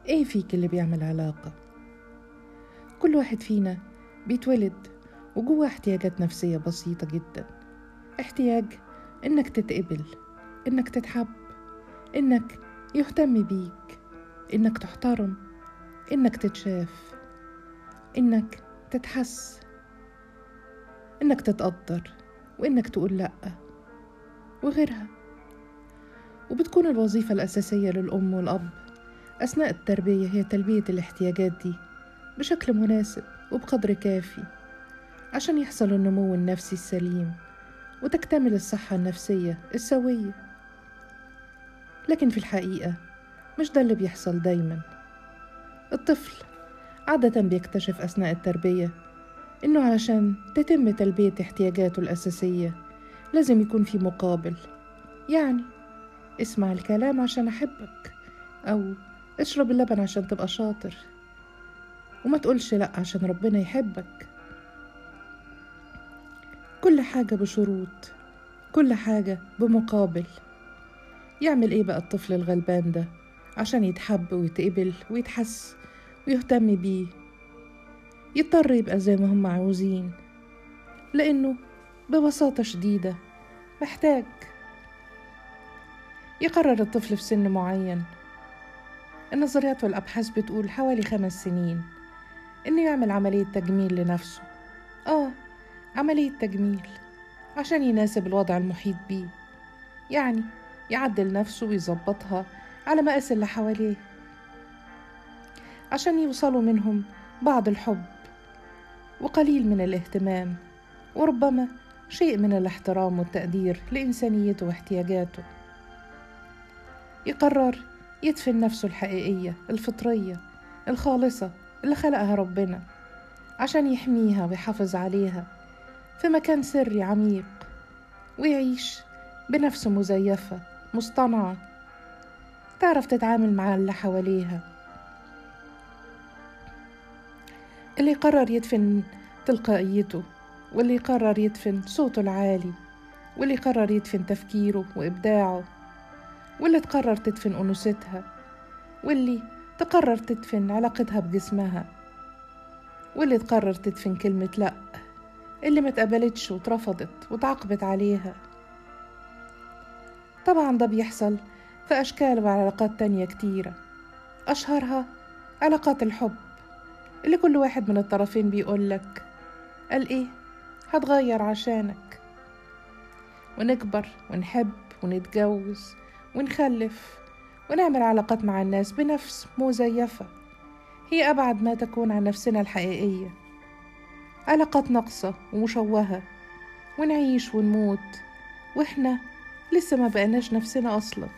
ايه فيك اللي بيعمل علاقة؟ كل واحد فينا بيتولد وجوه احتياجات نفسية بسيطة جدا. احتياج انك تتقبل، انك تتحب، انك يهتم بيك، انك تحترم، انك تتشاف، انك تتحس، انك تتقدر، وانك تقول لأ، وغيرها. وبتكون الوظيفة الأساسية للأم والأب أثناء التربية هي تلبية الاحتياجات دي بشكل مناسب وبقدر كافي عشان يحصل النمو النفسي السليم وتكتمل الصحة النفسية السوية. لكن في الحقيقة مش ده اللي بيحصل دايما. الطفل عادة بيكتشف أثناء التربية إنه علشان تتم تلبية احتياجاته الأساسية لازم يكون في مقابل، يعني اسمع الكلام عشان أحبك، أو اشرب اللبن عشان تبقى شاطر، وما تقولش لأ عشان ربنا يحبك. كل حاجة بشروط، كل حاجة بمقابل. يعمل ايه بقى الطفل الغلبان ده عشان يتحب ويتقبل ويتحس ويهتم بيه؟ يضطر يبقى زي ما هم عاوزين، لأنه ببساطة شديدة محتاج. يقرر الطفل في سن معين، النظريات والأبحاث بتقول حوالي 5 سنين، إنه يعمل عملية تجميل لنفسه. عملية تجميل عشان يناسب الوضع المحيط بيه، يعني يعدل نفسه ويظبطها على مقاس اللي حواليه عشان يوصلوا منهم بعض الحب وقليل من الاهتمام، وربما شيء من الاحترام والتقدير لإنسانيته واحتياجاته. يقرر يدفن نفسه الحقيقية الفطرية الخالصة اللي خلقها ربنا عشان يحميها ويحافظ عليها في مكان سري عميق، ويعيش بنفس مزيفة مصطنعة تعرف تتعامل مع اللي حواليها. اللي يقرر يدفن تلقائيته، واللي يقرر يدفن صوته العالي، واللي يقرر يدفن تفكيره وإبداعه، واللي تقرر تدفن أنوثتها، واللي تقرر تدفن علاقتها بجسمها، واللي تقرر تدفن كلمة لأ اللي ما اتقبلتش واترفضت وتعاقبت عليها. طبعا ده بيحصل في أشكال وعلاقات تانية كتيرة، أشهرها علاقات الحب اللي كل واحد من الطرفين بيقولك قال إيه هتغير عشانك، ونكبر ونحب ونتجوز ونخلف ونعمل علاقات مع الناس بنفس مزيفة هي أبعد ما تكون عن نفسنا الحقيقية، علاقات ناقصة ومشوهة، ونعيش ونموت وإحنا لسه ما بقناش نفسنا أصلا.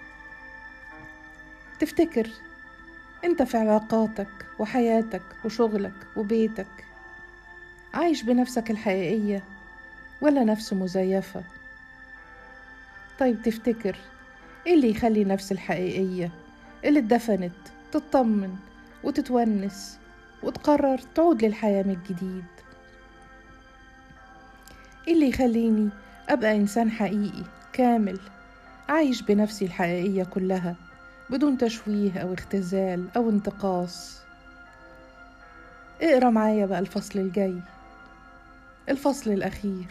تفتكر أنت في علاقاتك وحياتك وشغلك وبيتك عايش بنفسك الحقيقية ولا نفس مزيفة؟ طيب تفتكر إيه اللي يخلي نفس الحقيقية اللي اتدفنت تطمن وتتونس وتقرر تعود للحياة من جديد؟ إيه اللي يخليني أبقى إنسان حقيقي كامل عايش بنفسي الحقيقية كلها بدون تشويه أو اختزال أو انتقاص؟ اقرأ معايا بقى الفصل الجاي، الفصل الأخير.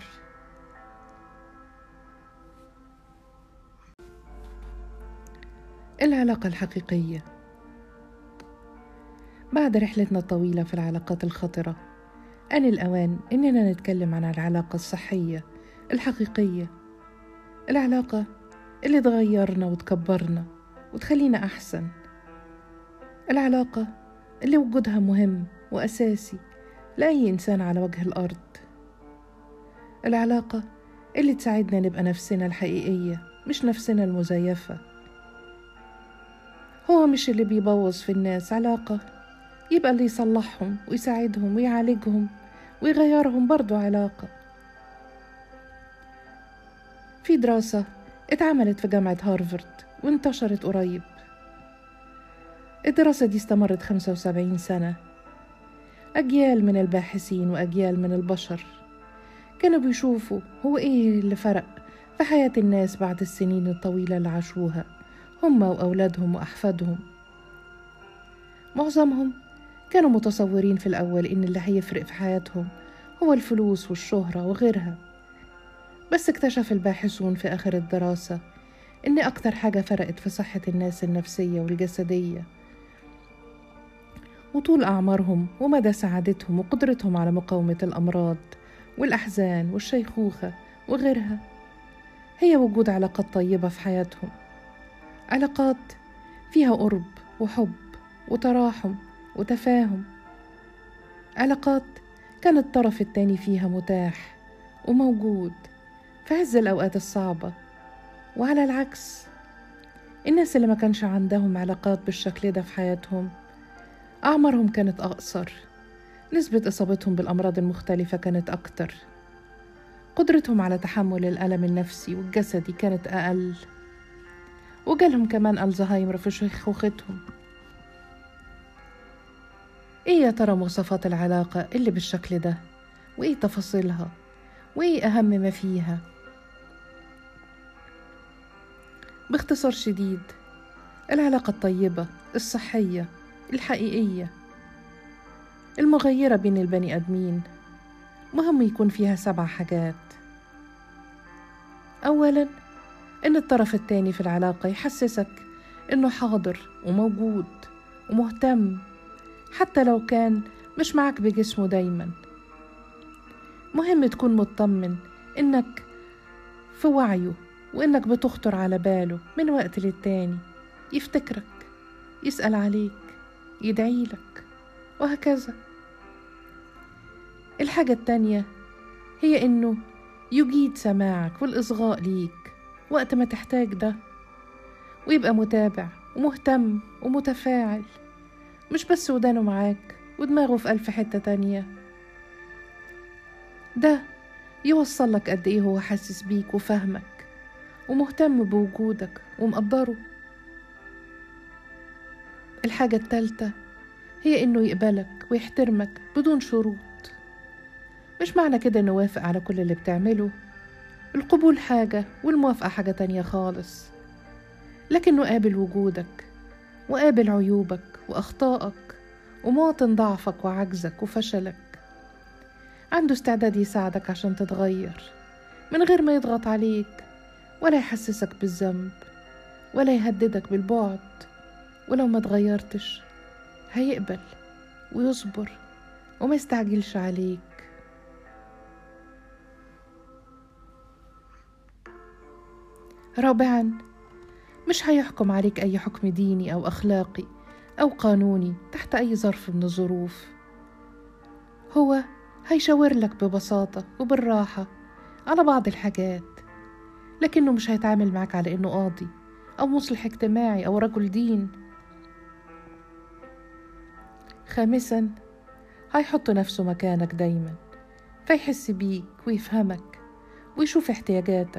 العلاقة الحقيقية. بعد رحلتنا الطويلة في العلاقات الخطرة، آن الأوان إننا نتكلم عن العلاقة الصحية الحقيقية، العلاقة اللي تغيرنا وتكبرنا وتخلينا أحسن، العلاقة اللي وجودها مهم وأساسي لأي إنسان على وجه الأرض، العلاقة اللي تساعدنا نبقى نفسنا الحقيقية مش نفسنا المزيفة. هو مش اللي بيبوظ في الناس علاقة يبقى اللي يصلحهم ويساعدهم ويعالجهم ويغيرهم برضو علاقة. في دراسة اتعملت في جامعة هارفارد وانتشرت قريب. الدراسة دي استمرت 75 سنة، أجيال من الباحثين وأجيال من البشر كانوا بيشوفوا هو إيه اللي فرق في حياة الناس بعد السنين الطويلة اللي عاشوها هم وأولادهم وأحفادهم. معظمهم كانوا متصورين في الأول إن اللي هيفرق في حياتهم هو الفلوس والشهرة وغيرها، بس اكتشف الباحثون في آخر الدراسة إن أكتر حاجة فرقت في صحة الناس النفسية والجسدية وطول أعمارهم ومدى سعادتهم وقدرتهم على مقاومة الأمراض والأحزان والشيخوخة وغيرها هي وجود علاقات طيبة في حياتهم، علاقات فيها قرب وحب وتراحم وتفاهم، علاقات كان الطرف التاني فيها متاح وموجود في عز الأوقات الصعبة. وعلى العكس، الناس اللي ما كانش عندهم علاقات بالشكل ده في حياتهم أعمارهم كانت أقصر، نسبة إصابتهم بالأمراض المختلفة كانت أكتر، قدرتهم على تحمل الألم النفسي والجسدي كانت أقل، وجالهم كمان ألزهايمر في شيخوختهم. إيه يا ترى مواصفات العلاقة اللي بالشكل ده؟ وإيه تفاصيلها؟ وإيه أهم ما فيها؟ باختصار شديد، العلاقة الطيبة الصحية الحقيقية المغيرة بين البني آدمين مهم يكون فيها 7 حاجات. أولاً، إن الطرف التاني في العلاقة يحسسك إنه حاضر وموجود ومهتم، حتى لو كان مش معك بجسمه دايماً. مهم تكون مطمن إنك في وعيه وإنك بتخطر على باله من وقت للتاني، يفتكرك، يسأل عليك، يدعيلك، وهكذا. الحاجة التانية هي إنه يجيد سماعك والإصغاء ليك وقت ما تحتاج ده، ويبقى متابع ومهتم ومتفاعل، مش بس ودانه معاك ودماغه في 1000 حتة تانية. ده يوصل لك قد إيه هو حاسس بيك وفهمك ومهتم بوجودك ومقدره. الحاجة التالتة هي إنه يقبلك ويحترمك بدون شروط. مش معنى كده إنه وافق على كل اللي بتعمله، القبول حاجة والموافقة حاجة تانية خالص، لكنه قابل وجودك وقابل عيوبك وأخطائك ومواطن ضعفك وعجزك وفشلك. عنده استعداد يساعدك عشان تتغير من غير ما يضغط عليك ولا يحسسك بالذنب ولا يهددك بالبعد. ولو ما تغيرتش هيقبل ويصبر وما يستعجلش عليك. رابعاً، مش هيحكم عليك أي حكم ديني أو أخلاقي أو قانوني تحت أي ظرف من الظروف. هو هيشاور لك ببساطة وبالراحة على بعض الحاجات، لكنه مش هيتعامل معك على إنه قاضي أو مصلح اجتماعي أو رجل دين. خامساً، هيحط نفسه مكانك دايماً، فيحس بيك ويفهمك ويشوف احتياجاتك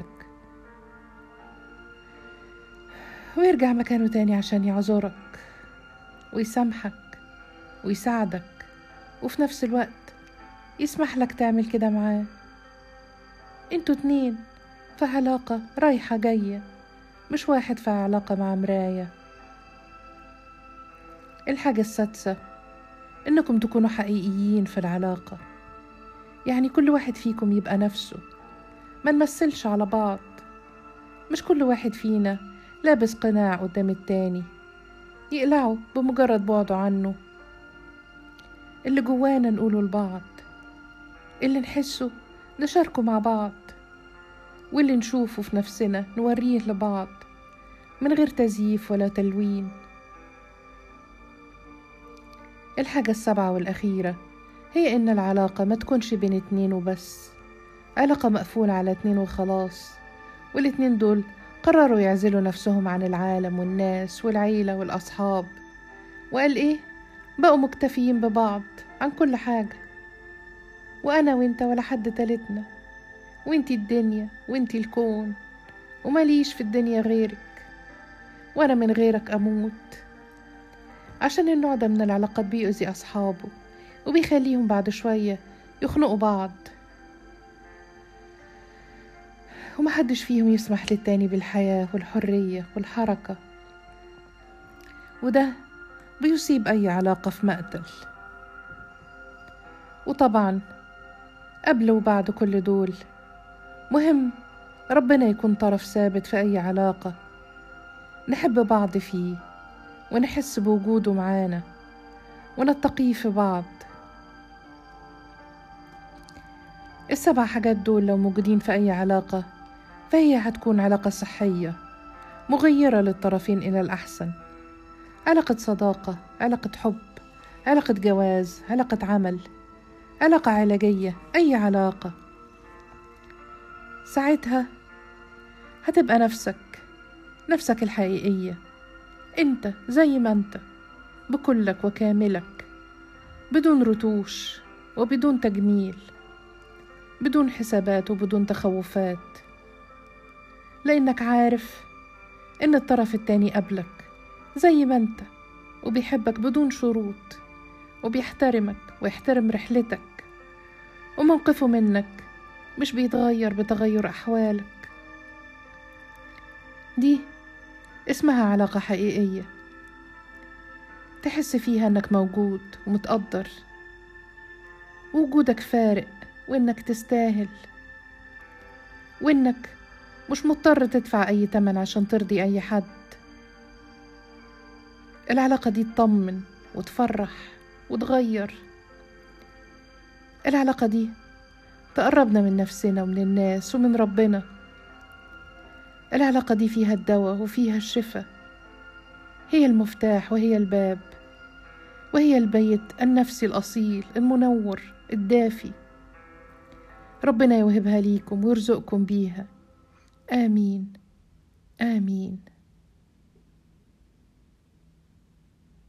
ويرجع مكانه تاني عشان يعذرك ويسامحك ويساعدك، وفي نفس الوقت يسمح لك تعمل كده معاه. انتوا 2 في علاقة رايحة جاية، مش واحد في علاقة مع مراية. الحاجة السادسة، انكم تكونوا حقيقيين في العلاقة، يعني كل واحد فيكم يبقى نفسه، ما نمثلش على بعض. مش كل واحد فينا لابس قناع قدام التاني يقلعه بمجرد بعده عنه. اللي جوانا نقوله لبعض، اللي نحسه نشاركه مع بعض، واللي نشوفه في نفسنا نوريه لبعض من غير تزييف ولا تلوين. الحاجة السابعة والأخيرة هي إن العلاقة ما تكونش بين 2 وبس، علاقة مقفولة على 2 وخلاص، وال2 دول قرروا يعزلوا نفسهم عن العالم والناس والعيلة والأصحاب، وقال إيه؟ بقوا مكتفيين ببعض عن كل حاجة، وأنا وإنت ولا حد تالتنا، وإنتي الدنيا وإنتي الكون، وماليش في الدنيا غيرك، وأنا من غيرك أموت. عشان النوع ده من العلاقات بيؤذي أصحابه وبيخليهم بعد شوية يخنقوا بعض، ومحدش فيهم يسمح للتاني بالحياة والحرية والحركة. وده بيصيب أي علاقة في مقتل. وطبعا قبل وبعد كل دول مهم ربنا يكون طرف ثابت في أي علاقة نحب بعض فيه، ونحس بوجوده معانا، ونتقيه في بعض. ال7 حاجات دول لو موجودين في أي علاقة فهي هتكون علاقة صحية مغيرة للطرفين إلى الأحسن. علاقة صداقة، علاقة حب، علاقة جواز، علاقة عمل، علاقة علاجية، أي علاقة. ساعتها هتبقى نفسك الحقيقية، أنت زي ما أنت بكلك وكاملك، بدون رتوش وبدون تجميل، بدون حسابات وبدون تخوفات، لأنك عارف إن الطرف التاني قبلك زي ما أنت، وبيحبك بدون شروط، وبيحترمك ويحترم رحلتك، وموقفه منك مش بيتغير بتغير أحوالك. دي اسمها علاقة حقيقية، تحس فيها إنك موجود ومتقدر، ووجودك فارق، وإنك تستاهل، وإنك مش مضطر تدفع أي تمن عشان ترضي أي حد. العلاقة دي تطمن وتفرح وتغير. العلاقة دي تقربنا من نفسنا ومن الناس ومن ربنا. العلاقة دي فيها الدواء وفيها الشفاء، هي المفتاح وهي الباب، وهي البيت النفسي الأصيل المنور الدافي. ربنا يوهبها ليكم ويرزقكم بيها. آمين آمين.